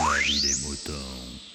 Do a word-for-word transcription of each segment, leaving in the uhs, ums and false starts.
La vie des moutons.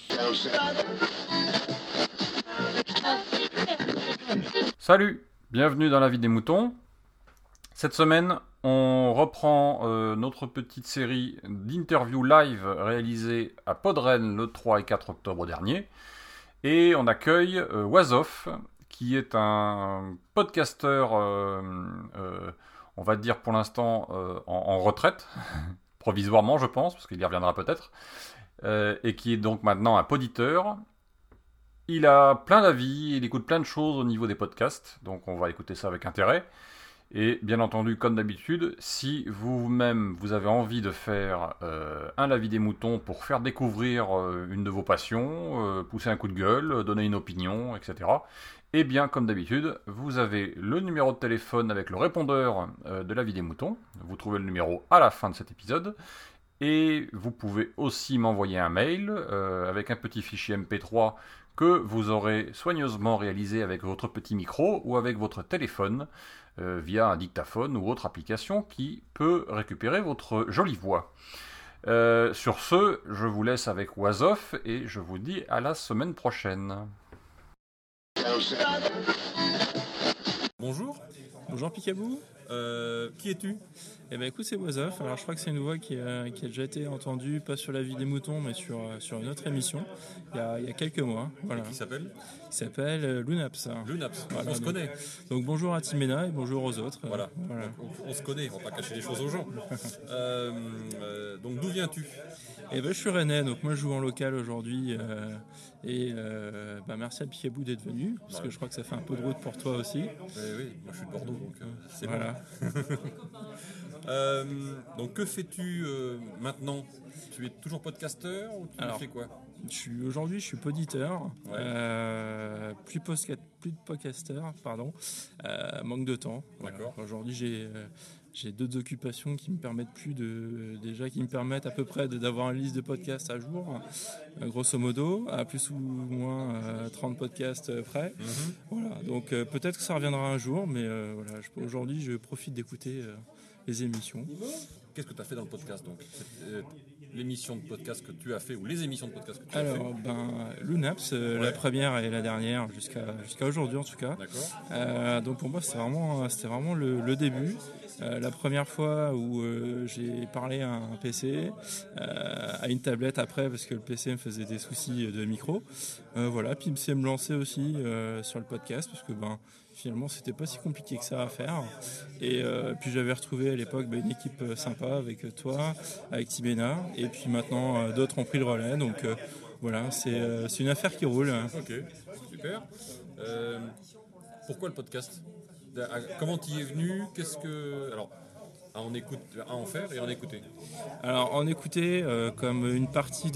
Salut, bienvenue dans la vie des moutons. Cette semaine, on reprend euh, notre petite série d'interviews live réalisées à Podren le trois et quatre octobre dernier. Et on accueille euh, Wasoff, qui est un podcasteur, euh, euh, on va dire pour l'instant, euh, en, en retraite, provisoirement je pense, parce qu'il y reviendra peut-être, euh, et qui est donc maintenant un poditeur. Il a plein d'avis, il écoute plein de choses au niveau des podcasts, donc on va écouter ça avec intérêt. Et bien entendu, comme d'habitude, si vous-même vous avez envie de faire euh, un La vie des moutons pour faire découvrir euh, une de vos passions, euh, pousser un coup de gueule, donner une opinion, et cetera, et bien comme d'habitude, vous avez le numéro de téléphone avec le répondeur euh, de La vie des moutons. Vous trouvez le numéro à la fin de cet épisode. Et vous pouvez aussi m'envoyer un mail euh, avec un petit fichier M P trois que vous aurez soigneusement réalisé avec votre petit micro ou avec votre téléphone euh, via un dictaphone ou autre application qui peut récupérer votre jolie voix. Euh, sur ce, je vous laisse avec Wasoff et je vous dis à la semaine prochaine. Bonjour. Bonjour Picaboo. Euh, qui es-tu ? Eh ben écoute, c'est Wasoff. Alors je crois que c'est une voix qui a, qui a déjà été entendue, pas sur La vie des moutons, mais sur, sur une autre émission, il y a, il y a quelques mois. Voilà. Qui s'appelle ? Qui s'appelle euh, Lunaps. Lunaps, Voilà, on se donc, connaît. Donc bonjour à Timena et bonjour aux autres. Voilà, Voilà. donc, on, on se connaît, on va pas cacher les choses aux gens. euh, euh, donc d'où viens-tu ? Eh ben je suis rennais, donc moi je joue en local aujourd'hui. Euh, et euh, bah, merci à Picaboo d'être venu, parce que je crois que ça fait un peu de route pour toi aussi. Eh oui, moi je suis de Bordeaux, donc euh, c'est Voilà. bon. euh, donc que fais-tu euh, maintenant ? Tu es toujours podcasteur ou tu Alors, fais quoi ? Je suis, aujourd'hui, je suis poditeur, Ouais. euh, plus, posca- plus de podcasteur, pardon, euh, manque de temps. Voilà. D'accord. Aujourd'hui, j'ai, euh, j'ai d'autres occupations qui me permettent plus de, déjà qui me permettent à peu près de, d'avoir une liste de podcasts à jour, euh, grosso modo, à plus ou moins euh, trente podcasts euh, près. Mm-hmm. Voilà. Donc euh, peut-être que ça reviendra un jour, mais euh, voilà, je, aujourd'hui, je profite d'écouter euh, les émissions. Qu'est-ce que tu as fait dans le podcast donc ? C'est, euh, l'émission de podcast que tu as fait ou les émissions de podcast que tu Alors, as fait ? ben, Lunaps, euh, Ouais. la première et la dernière, jusqu'à, jusqu'à aujourd'hui en tout cas. D'accord. Euh, donc pour moi, c'était vraiment, c'était vraiment le, le début. Euh, la première fois où euh, j'ai parlé à un P C, euh, à une tablette après, parce que le P C me faisait des soucis de micro. Euh, voilà, puis c'est me lancer aussi euh, sur le podcast, parce que ben, finalement, c'était pas si compliqué que ça à faire. Et euh, puis j'avais retrouvé à l'époque ben, une équipe sympa avec toi, avec Tibena, et puis maintenant euh, d'autres ont pris le relais. Donc euh, voilà, c'est, euh, c'est une affaire qui roule. Ok, super. Euh, pourquoi le podcast ? Comment tu y es venu ? Qu'est-ce que... Alors, à en, écoute... à en faire et à en écouter. Alors en écouter, euh, comme une partie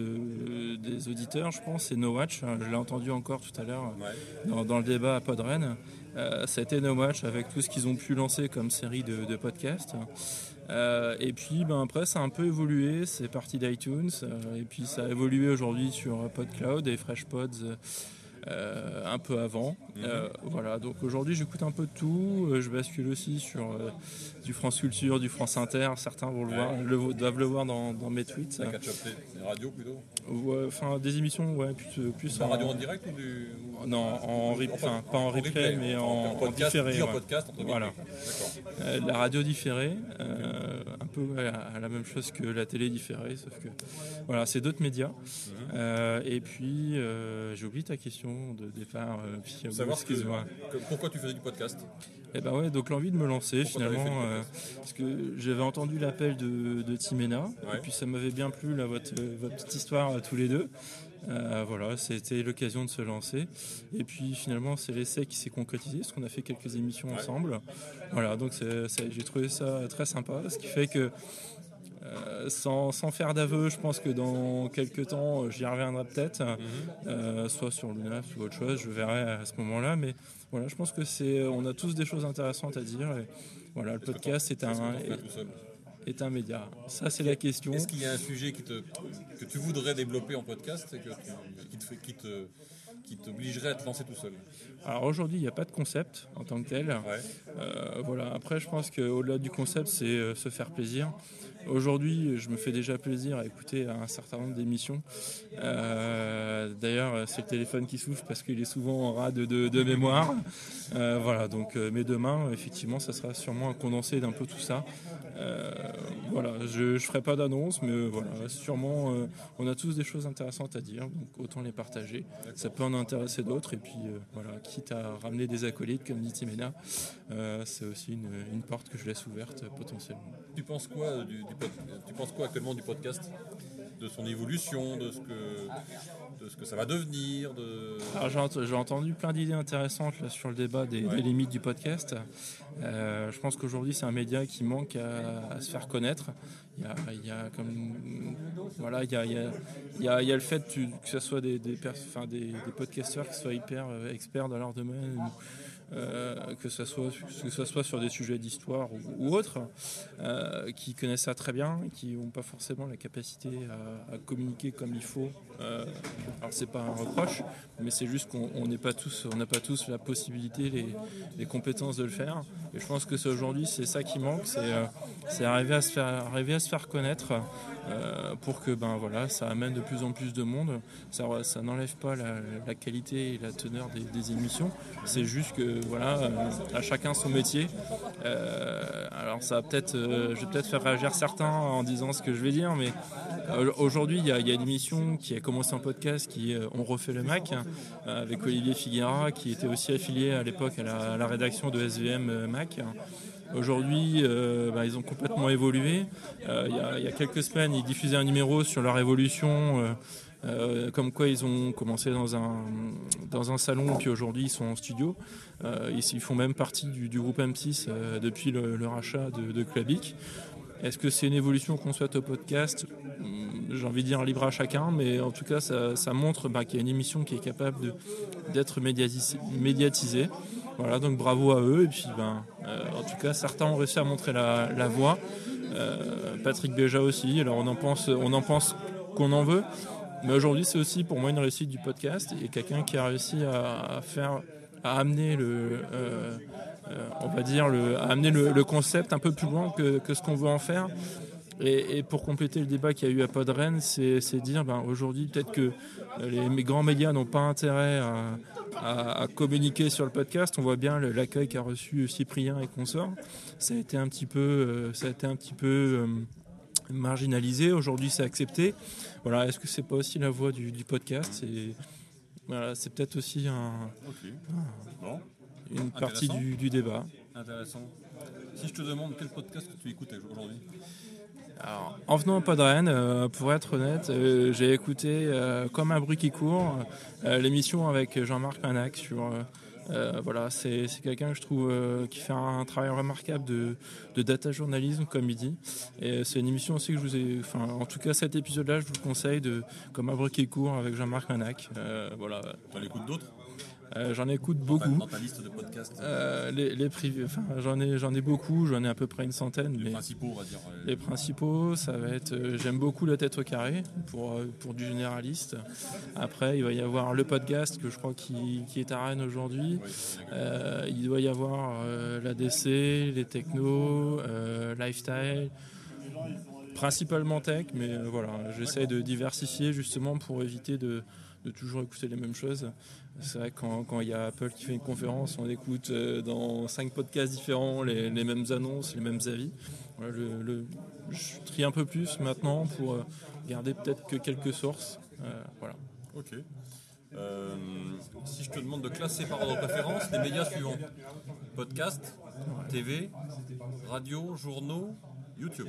de, des auditeurs, je pense, c'est No Watch. Je l'ai entendu encore tout à l'heure Ouais. dans, dans le débat à Podren. Euh, ça a été No Watch avec tout ce qu'ils ont pu lancer comme série de, de podcasts. Euh, et puis ben, après ça a un peu évolué, c'est parti d'iTunes, euh, et puis ça a évolué aujourd'hui sur PodCloud et FreshPods. Euh, un peu avant. Mm-hmm. Euh, voilà, donc aujourd'hui j'écoute un peu de tout. Euh, je bascule aussi sur euh, du France Culture, du France Inter. Certains vont le ouais. voir, le, doivent le voir dans, dans mes tweets. La catch-up, des radios plutôt. Enfin ouais, des émissions, ouais, plus, plus en en radio en direct ou du... Non, en replay, enfin pas en, en replay, replay, mais en, en, en podcast, différé. En ouais. podcast, entre voilà. Euh, la radio différée, euh, un peu ouais, à la même chose que la télé différée, sauf que voilà, c'est d'autres médias. Mm-hmm. Euh, et puis euh, j'ai oublié ta question de départ. Euh, puis, savoir excuse-moi. Que, pourquoi tu faisais du podcast ? Eh ben ouais, donc l'envie de me lancer pourquoi finalement, euh, parce que j'avais entendu l'appel de, de Timena, ouais. Et puis ça m'avait bien plu là, votre, votre petite histoire à tous les deux. Euh, voilà, c'était l'occasion de se lancer. Et puis finalement, c'est l'essai qui s'est concrétisé, parce qu'on a fait quelques émissions ouais. ensemble. Voilà, donc c'est, c'est, j'ai trouvé ça très sympa, ce qui fait que Euh, sans, sans faire d'aveu, je pense que dans quelques temps, j'y reviendrai peut-être, mm-hmm. euh, soit sur Lunaps ou autre chose, je verrai à ce moment-là. Mais voilà, je pense que c'est, on a tous des choses intéressantes à dire. Et voilà, le est-ce podcast est un, est, est un média. Ça, c'est la question. Est-ce qu'il y a un sujet qui te, que tu voudrais développer en podcast et que tu, qui, te, qui, te, qui t'obligerait à te lancer tout seul ? Alors aujourd'hui, il n'y a pas de concept en tant que tel. Ouais. Euh, voilà. Après, je pense qu'au-delà du concept, c'est euh, se faire plaisir. aujourd'hui, je me fais déjà plaisir à écouter un certain nombre d'émissions. Euh, d'ailleurs, c'est le téléphone qui souffle parce qu'il est souvent en rade de, de, de mémoire. Euh, voilà, donc, euh, mais demain, effectivement, ça sera sûrement un condensé d'un peu tout ça. Euh, voilà, je ne ferai pas d'annonce, mais voilà, sûrement, euh, on a tous des choses intéressantes à dire, donc autant les partager. Ça peut en intéresser d'autres, et puis euh, voilà, quitte à ramener des acolytes, comme dit Timena, euh, c'est aussi une, une porte que je laisse ouverte euh, potentiellement. Tu penses quoi du, du pod... tu penses quoi actuellement du podcast, de son évolution, de ce que, de ce que ça va devenir de... Alors, j'ai, ent- j'ai entendu plein d'idées intéressantes là, sur le débat des, ouais. des limites du podcast. Euh, je pense qu'aujourd'hui c'est un média qui manque à, à se faire connaître. Il y a, il y a comme voilà, il y a, il y a, il y a, il y a le fait que ce soit des, des, pers- enfin, des, des podcasteurs qui soient hyper euh, experts dans leur domaine. Euh, que ce soit, que ce soit sur des sujets d'histoire ou, ou autres, euh, qui connaissent ça très bien, qui n'ont pas forcément la capacité à, à communiquer comme il faut. Euh, alors c'est pas un reproche, mais c'est juste qu'on n'est pas tous, on n'a pas tous la possibilité, les, les compétences de le faire. Et je pense que c'est aujourd'hui, c'est ça qui manque, c'est, euh, c'est arriver à se faire, arriver à se faire connaître. Euh, pour que ben voilà, ça amène de plus en plus de monde. Ça, ça n'enlève pas la, la qualité et la teneur des, des émissions. C'est juste que voilà, euh, à chacun son métier. Euh, alors ça va peut-être, euh, je vais peut-être faire réagir certains en disant ce que je vais dire, mais euh, aujourd'hui il y, y a une émission qui a commencé en podcast qui est On refait le Mac euh, avec Olivier Figuera qui était aussi affilié à l'époque à la, à la rédaction de S V M Mac. Aujourd'hui, euh, bah, ils ont complètement évolué. Euh, il, y a, il y a quelques semaines, ils diffusaient un numéro sur leur évolution, euh, euh, comme quoi ils ont commencé dans un, dans un salon, puis aujourd'hui ils sont en studio. Euh, ils, ils font même partie du, du groupe M six euh, depuis le, le rachat de, de Clubic. Est-ce que c'est une évolution qu'on souhaite au podcast ? J'ai envie de dire libre à chacun, mais en tout cas, ça, ça montre bah, qu'il y a une émission qui est capable de, d'être médiatisée. médiatisée. Voilà, donc bravo à eux. Et puis, ben, euh, en tout cas, certains ont réussi à montrer la, la voie. Euh, Patrick Béja aussi. Alors, on en pense, on en pense qu'on en veut, mais aujourd'hui, c'est aussi pour moi une réussite du podcast et quelqu'un qui a réussi à, à faire, à amener le. Euh, Euh, on va dire, le, amener le, le concept un peu plus loin que, que ce qu'on veut en faire. Et, et pour compléter le débat qu'il y a eu à Podren, c'est, c'est dire ben, aujourd'hui peut-être que les grands médias n'ont pas intérêt à, à, à communiquer sur le podcast. On voit bien l'accueil qu'a reçu Cyprien et consorts. Ça a été un petit peu, euh, ça a été un petit peu euh, marginalisé. Aujourd'hui, c'est accepté. Voilà, est-ce que c'est pas aussi la voix du, du podcast ? c'est, voilà, c'est peut-être aussi un... Okay. un bon. une partie du, du débat. Intéressant. Si je te demande quel podcast que tu écoutes aujourd'hui ? Alors, en venant au Podren, euh, pour être honnête, euh, j'ai écouté euh, Comme un bruit qui court, euh, l'émission avec Jean-Marc Manac sur... Euh, euh, voilà, c'est, c'est quelqu'un que je trouve euh, qui fait un, un travail remarquable de, de data journalisme, comme il dit. Et c'est une émission aussi que je vous ai... Enfin, en tout cas, cet épisode-là, je vous le conseille, de Comme un bruit qui court avec Jean-Marc Manac. Euh, voilà. Tu en écoutes d'autres ? Euh, j'en écoute beaucoup. Dans ta liste de podcasts euh, les, les privés, enfin, j'en ai, j'en ai beaucoup, j'en ai à peu près une centaine. Les mais principaux, on va dire. Euh... Les principaux, ça va être. Euh, j'aime beaucoup La Tête au carré pour, pour du généraliste. Après, il va y avoir le podcast que je crois qui, qui est à Rennes aujourd'hui. Oui, euh, il doit y avoir euh, l'A D C, les technos, euh, lifestyle. Principalement tech, mais euh, voilà, j'essaie de diversifier justement pour éviter de, de toujours écouter les mêmes choses. C'est vrai que quand, quand il y a Apple qui fait une conférence, on écoute euh, dans cinq podcasts différents les, les mêmes annonces, les mêmes avis. Voilà, le, le, je trie un peu plus maintenant pour euh, garder peut-être que quelques sources. Euh, voilà. Ok. Euh, si je te demande de classer par ordre de préférence les médias suivants : podcast, ouais. T V, radio, journaux, YouTube.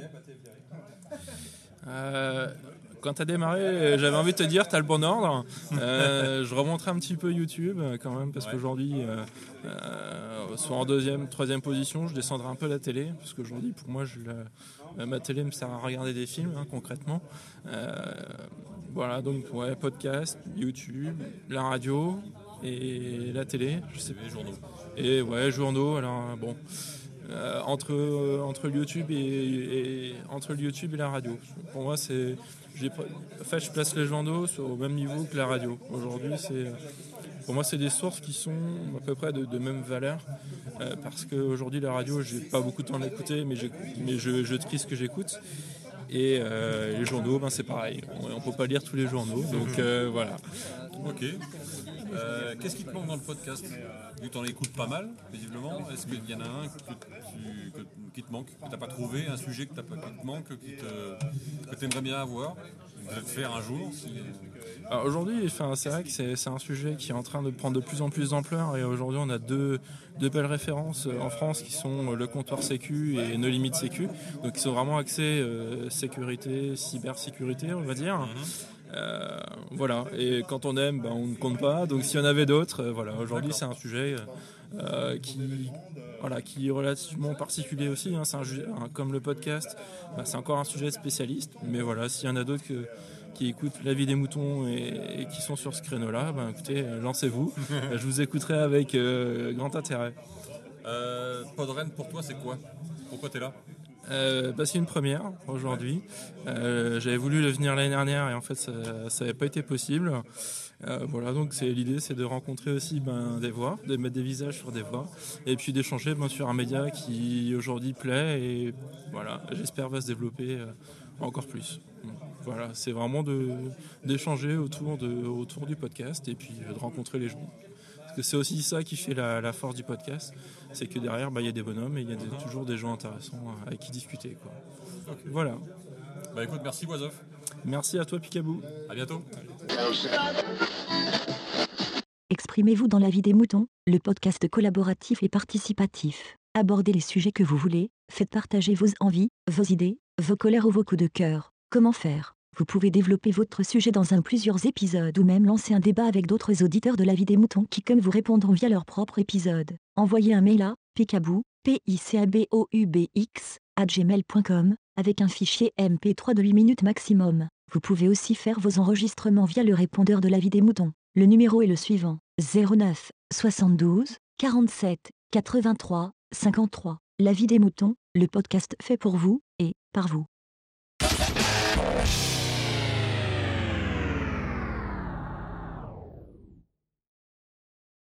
Euh, quand tu as démarré, j'avais envie de te dire, tu as le bon ordre. Euh, je remonterai un petit peu YouTube quand même, parce ouais. qu'aujourd'hui, euh, euh, soit en deuxième, troisième position, je descendrai un peu la télé, parce qu'aujourd'hui, pour moi, je, la, ma télé me sert à regarder des films, hein, concrètement. Euh, voilà, donc, ouais, podcast, YouTube, la radio et la télé. Je sais pas. Journaux. Et ouais, journaux, alors bon. Euh, entre, euh, entre, YouTube et, et, entre le YouTube et la radio. Pour moi, c'est, j'ai, en fait, je place les journaux sur, au même niveau que la radio. Aujourd'hui, c'est, pour moi, c'est des sources qui sont à peu près de, de même valeur. Euh, parce qu'aujourd'hui, la radio, j'ai pas beaucoup de temps d'écouter, mais, mais je, je trie ce que j'écoute. Et euh, les journaux, ben, c'est pareil. On ne peut pas lire tous les journaux. Donc euh, voilà. Ok. Euh, qu'est-ce qui te manque dans le podcast? Vu que tu en écoutes pas mal, visiblement, est-ce qu'il y en a un que tu, que, qui te manque, que tu n'as pas trouvé, un sujet que t'as pas, qui te manque, qui te, que tu aimerais bien avoir, de te faire un jour si... Alors aujourd'hui, enfin, c'est vrai que c'est, c'est un sujet qui est en train de prendre de plus en plus d'ampleur et aujourd'hui on a deux, deux belles références en France qui sont le comptoir Sécu et No Limit Sécu, donc qui sont vraiment axés euh, sécurité, cybersécurité on va dire. Mm-hmm. Euh, voilà, et quand on aime, ben, on ne compte pas, donc s'il y en avait d'autres, euh, voilà, aujourd'hui D'accord. c'est un sujet euh, qui, voilà, qui est relativement particulier aussi, hein, c'est un, un, comme le podcast, ben, c'est encore un sujet spécialiste, mais voilà, s'il y en a d'autres que qui écoutent La Vie des Moutons et, et qui sont sur ce créneau-là, ben écoutez, euh, lancez-vous. Je vous écouterai avec euh, grand intérêt. Euh, Podren, pour toi, c'est quoi? Pourquoi tu es là? euh, bah, C'est une première aujourd'hui. Euh, j'avais voulu le venir l'année dernière et en fait, ça n'avait pas été possible. Euh, voilà, donc c'est, l'idée, c'est de rencontrer aussi ben, des voix, de mettre des visages sur des voix et puis d'échanger ben, sur un média qui aujourd'hui plaît et voilà, j'espère va se développer euh, encore plus. Voilà, c'est vraiment de, d'échanger autour, de, autour du podcast et puis de rencontrer les gens. Parce que c'est aussi ça qui fait la, la force du podcast, c'est que derrière, bah, y a des bonhommes et il y a des, toujours des gens intéressants avec qui discuter, quoi. Okay. Voilà. Bah écoute, merci Oiseuf. Merci à toi Picaboo. À bientôt. Exprimez-vous dans La Vie des Moutons, le podcast collaboratif et participatif. Abordez les sujets que vous voulez, faites partager vos envies, vos idées, vos colères ou vos coups de cœur. Comment faire? Vous pouvez développer votre sujet dans un plusieurs épisodes ou même lancer un débat avec d'autres auditeurs de La Vie des Moutons qui comme vous répondront via leur propre épisode. Envoyez un mail à picaboo, p i c a b o u b x, arobase gmail point com, avec un fichier M P trois de huit minutes maximum. Vous pouvez aussi faire vos enregistrements via le répondeur de La Vie des Moutons. Le numéro est le suivant, zéro neuf soixante-douze quarante-sept quatre-vingt-trois cinquante-trois. La Vie des Moutons, le podcast fait pour vous et par vous.